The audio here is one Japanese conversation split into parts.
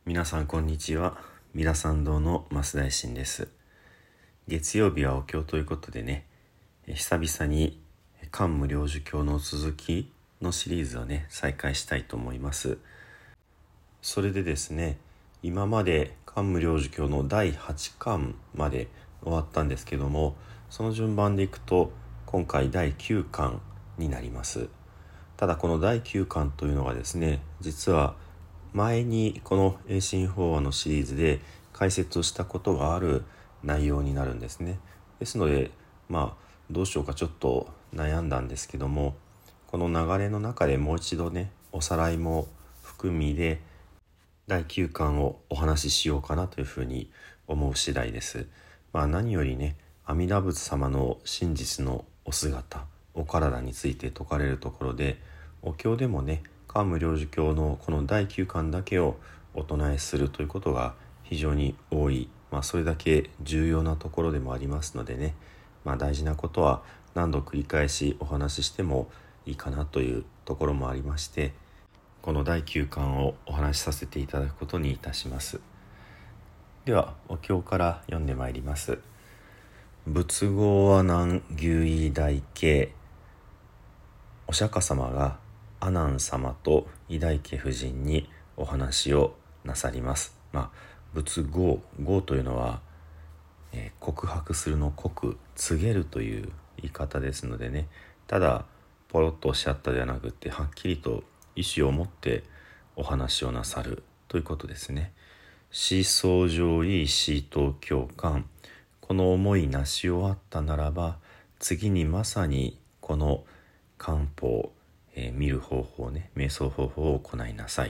皆さんこんにちは。三良参道の増大臣です。月曜日はお経ということでね、久々に漢無量寿経の続きのシリーズをね再開したいと思います。それでですね、今まで漢無量寿経の第8巻まで終わったんですけども、その順番でいくと今回第9巻になります。ただこの第9巻というのがですね、実は前にこの永親法話のシリーズで解説をしたことがある内容になるんですね。ですのでどうしようかちょっと悩んだんですけども、この流れの中でもう一度ねおさらいも含みで第9巻をお話ししようかなというふうに思う次第です。何よりね、阿弥陀仏様の真実のお姿、お体について説かれるところで、お経でもね漢無量寿経のこの第9巻だけをお唱えするということが非常に多い、それだけ重要なところでもありますのでね、大事なことは何度繰り返しお話ししてもいいかなというところもありまして、この第9巻をお話しさせていただくことにいたします。ではお経から読んでまいります。仏号阿難牛医大慶、お釈迦様が阿難様と医大家夫人にお話をなさります。仏号というのは、告白するの告、告げるという言い方ですのでね、ただポロッとおっしゃったではなくて、はっきりと意思を持ってお話をなさるということですね。思想上意思と共感、この思いなし終わったならば、次にまさにこの漢方、見る方法ね、瞑想方法を行いなさい。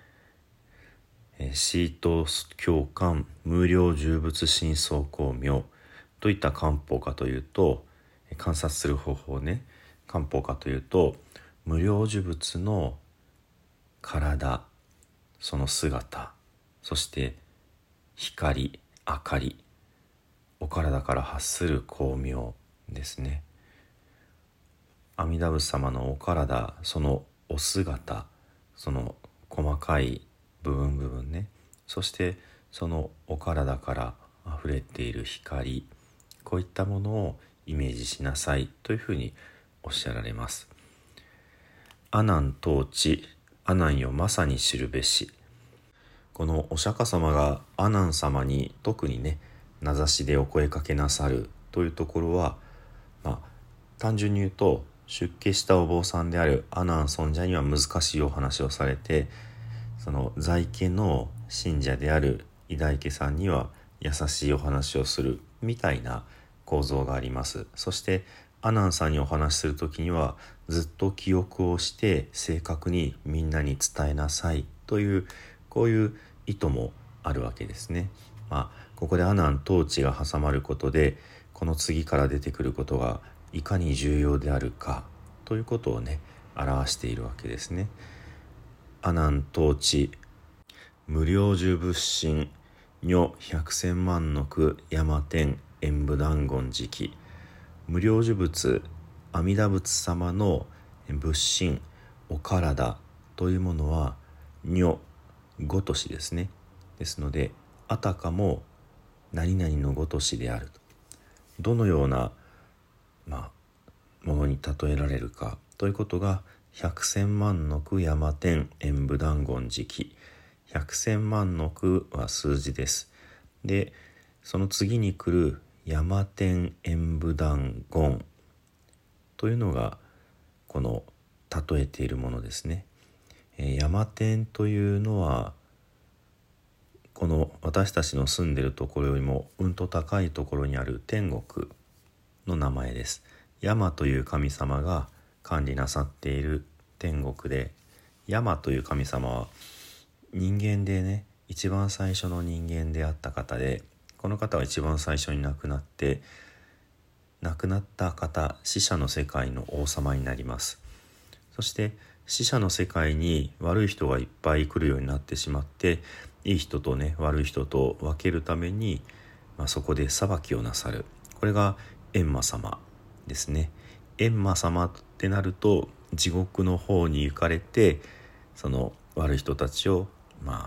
思と共感無量重仏深層光明、どういった漢方かというと、観察する方法ね、漢方かというと、無量寿仏の体、その姿、そして光、明かり、お体から発する光明ですね。阿弥陀仏様のお体、そのお姿、その細かい部分ね、そしてそのお体から溢れている光、こういったものをイメージしなさいというふうにおっしゃられます。阿難当知、阿難よまさに知るべし。このお釈迦様が阿難様に特にね名指しでお声かけなさるというところは、単純に言うと出家したお坊さんである阿難尊者には難しいお話をされて、その在家の信者である医大家さんには優しいお話をするみたいな構造があります。そして阿難さんにお話しするときにはずっと記憶をして正確にみんなに伝えなさいという、こういう意図もあるわけですね。ここで阿難当知が挟まることで、この次から出てくることがいかに重要であるかということをね表しているわけですね。阿難当知無量寿仏心如百千万の句山天演武断言時期、無量寿仏阿弥陀仏様の仏心、お体というものは如ごとしですね。ですのであたかも何々のごとしであると、どのような、ものに例えられるかということが、百千万の句山天演武断言時期、百千万の句は数字です。でその次に来る山天演武断言というのがこの例えているものですね。山天というのはこの私たちの住んでいるところよりもうんと高いところにある天国の名前です。山という神様が管理なさっている天国で、山という神様は人間でね一番最初の人間であった方で、この方は一番最初に亡くなって、亡くなった方、死者の世界の王様になります。そして死者の世界に悪い人がいっぱい来るようになってしまって、いい人とね悪い人と分けるために、そこで裁きをなさる、これが閻魔様ですね。閻魔様ってなると地獄の方に行かれて、その悪い人たちを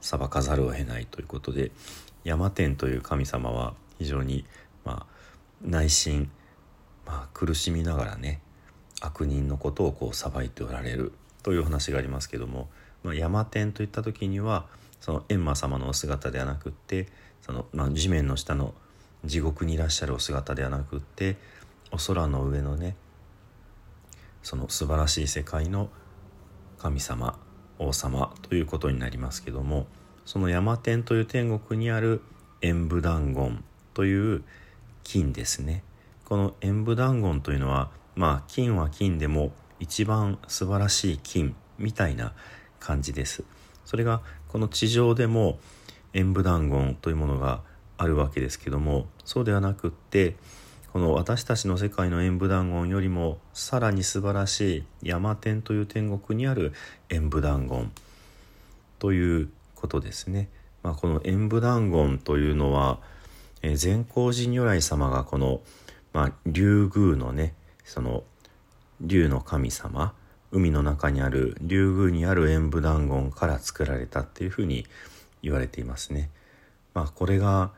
裁かざるを得ないということで、山天という神様は非常に、内心、苦しみながらね悪人のことを裁いておられるという話がありますけども、山天といった時にはその閻魔様のお姿ではなくって、その、地面の下の地獄にいらっしゃるお姿ではなくって、お空の上のねその素晴らしい世界の神様王様ということになりますけども、その山天という天国にある演武壇言という金ですね。この演武壇言というのは、金は金でも一番素晴らしい金みたいな感じです。それがこの地上でも演武壇言というものがあるわけですけども、そうではなくって、この私たちの世界の演武壇言よりもさらに素晴らしい山天という天国にある演武壇言ということですね。この演武壇言というのは、善光寺如来様がこの、竜宮のねその竜の神様、海の中にある竜宮にある演武壇言から作られたっていうふうに言われていますね。これが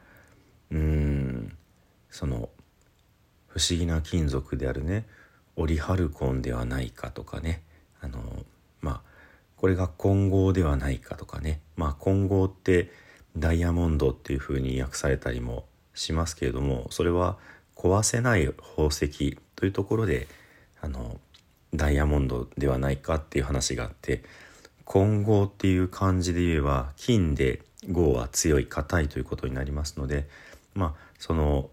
その不思議な金属であるねオリハルコンではないかとかね、これが金剛ではないかとかね、金剛ってダイヤモンドっていうふうに訳されたりもしますけれども、それは壊せない宝石というところでダイヤモンドではないかっていう話があって、金剛っていう漢字で言えば金で剛は強い硬いということになりますので、その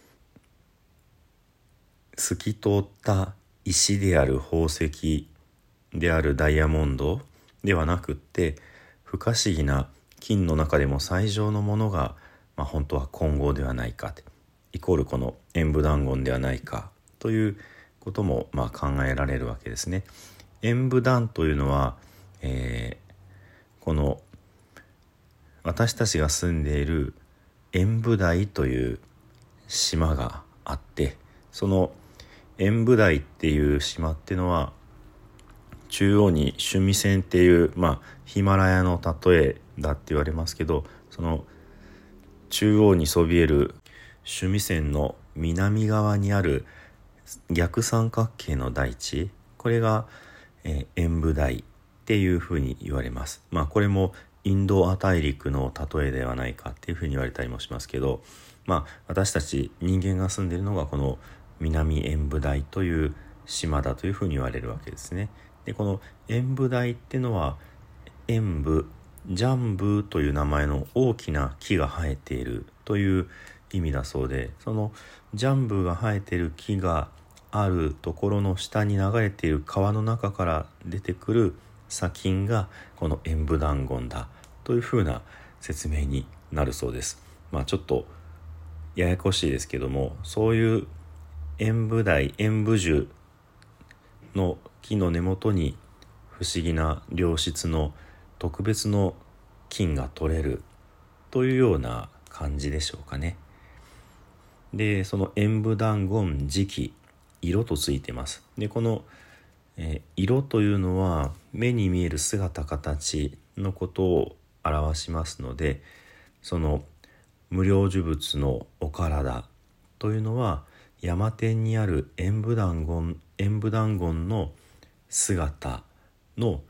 透き通った石である宝石であるダイヤモンドではなくって、不可思議な金の中でも最上のものが、本当は金剛ではないか、イコールこの演武壇言ではないかということも考えられるわけですね。演武壇というのは、この私たちが住んでいる演武台という島があって、その演武台っていう島っていうのは中央に須弥山っていう、ヒマラヤの例えだって言われますけど、その中央にそびえる須弥山の南側にある逆三角形の大地、これが、演武台っていうふうに言われます。これもインド亜大陸の例えではないかっていうふうに言われたりもしますけど、私たち人間が住んでいるのがこの南演武台という島だというふうに言われるわけですね。でこの演武台っていうのは演武ジャンブーという名前の大きな木が生えているという意味だそうで、そのジャンブーが生えている木があるところの下に流れている川の中から出てくる砂金がこの演武壇言だというふうな説明になるそうです。ちょっとややこしいですけども、そういう演武台演武樹の木の根元に不思議な良質の特別の金が取れるというような感じでしょうかね。でその演武壇言時期、色とついてます。でこの、色というのは目に見える姿形のことを表しますので、その無量寿仏のお体というのは山天にある演武壇言の姿の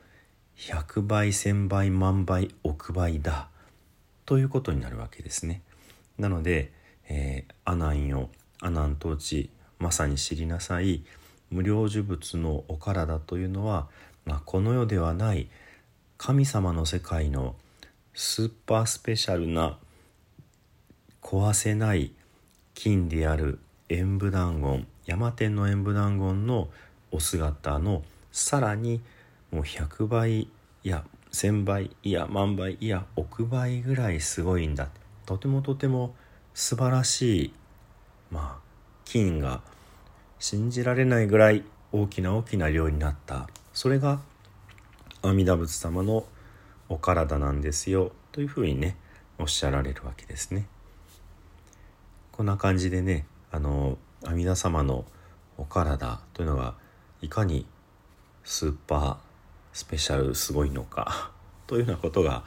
100倍1000倍万倍億倍だということになるわけですね。なので、阿南よ阿南当地まさに知りなさい無量寿仏のお体というのは、この世ではない神様の世界のスーパースペシャルな壊せない金である演武壇言、山天の演武壇言のお姿のさらにもう100倍いや1000倍いや万倍いや億倍ぐらいすごいんだ、とてもとても素晴らしい、金が信じられないぐらい大きな大きな量になった、それが阿弥陀仏様のお体なんですよというふうにねおっしゃられるわけですね。こんな感じでね、阿弥陀様のお体というのがいかにスーパースペシャルすごいのかというようなことが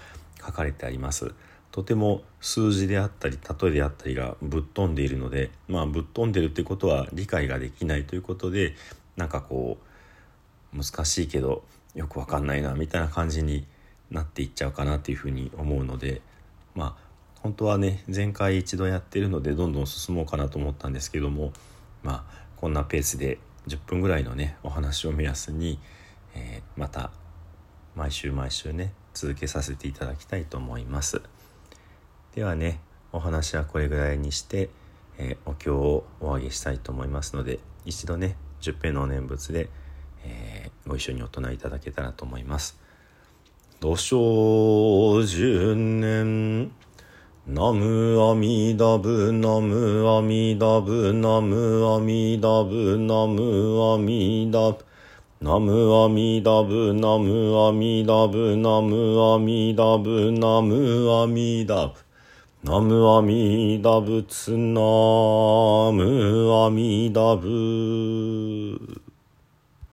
書かれてあります。とても数字であったり例えであったりがぶっ飛んでいるので、ぶっ飛んでるってことは理解ができないということで、なんかこう難しいけどよくわかんないなみたいな感じになっていっちゃうかなっていうふうに思うので、本当はね前回一度やってるのでどんどん進もうかなと思ったんですけども、こんなペースで10分ぐらいのねお話を目安に、また毎週毎週ね続けさせていただきたいと思います。ではね、お話はこれぐらいにして、お経をお上げしたいと思いますので、一度ね十遍のお念仏で、ご一緒にお唱えいただけたらと思います。土生十年ナムアミダブナムアミダブナムアミダブナムアミダブナムアミダブナムアミダブナムアミダブナムアミダブナムアミダブツナムアミダブ。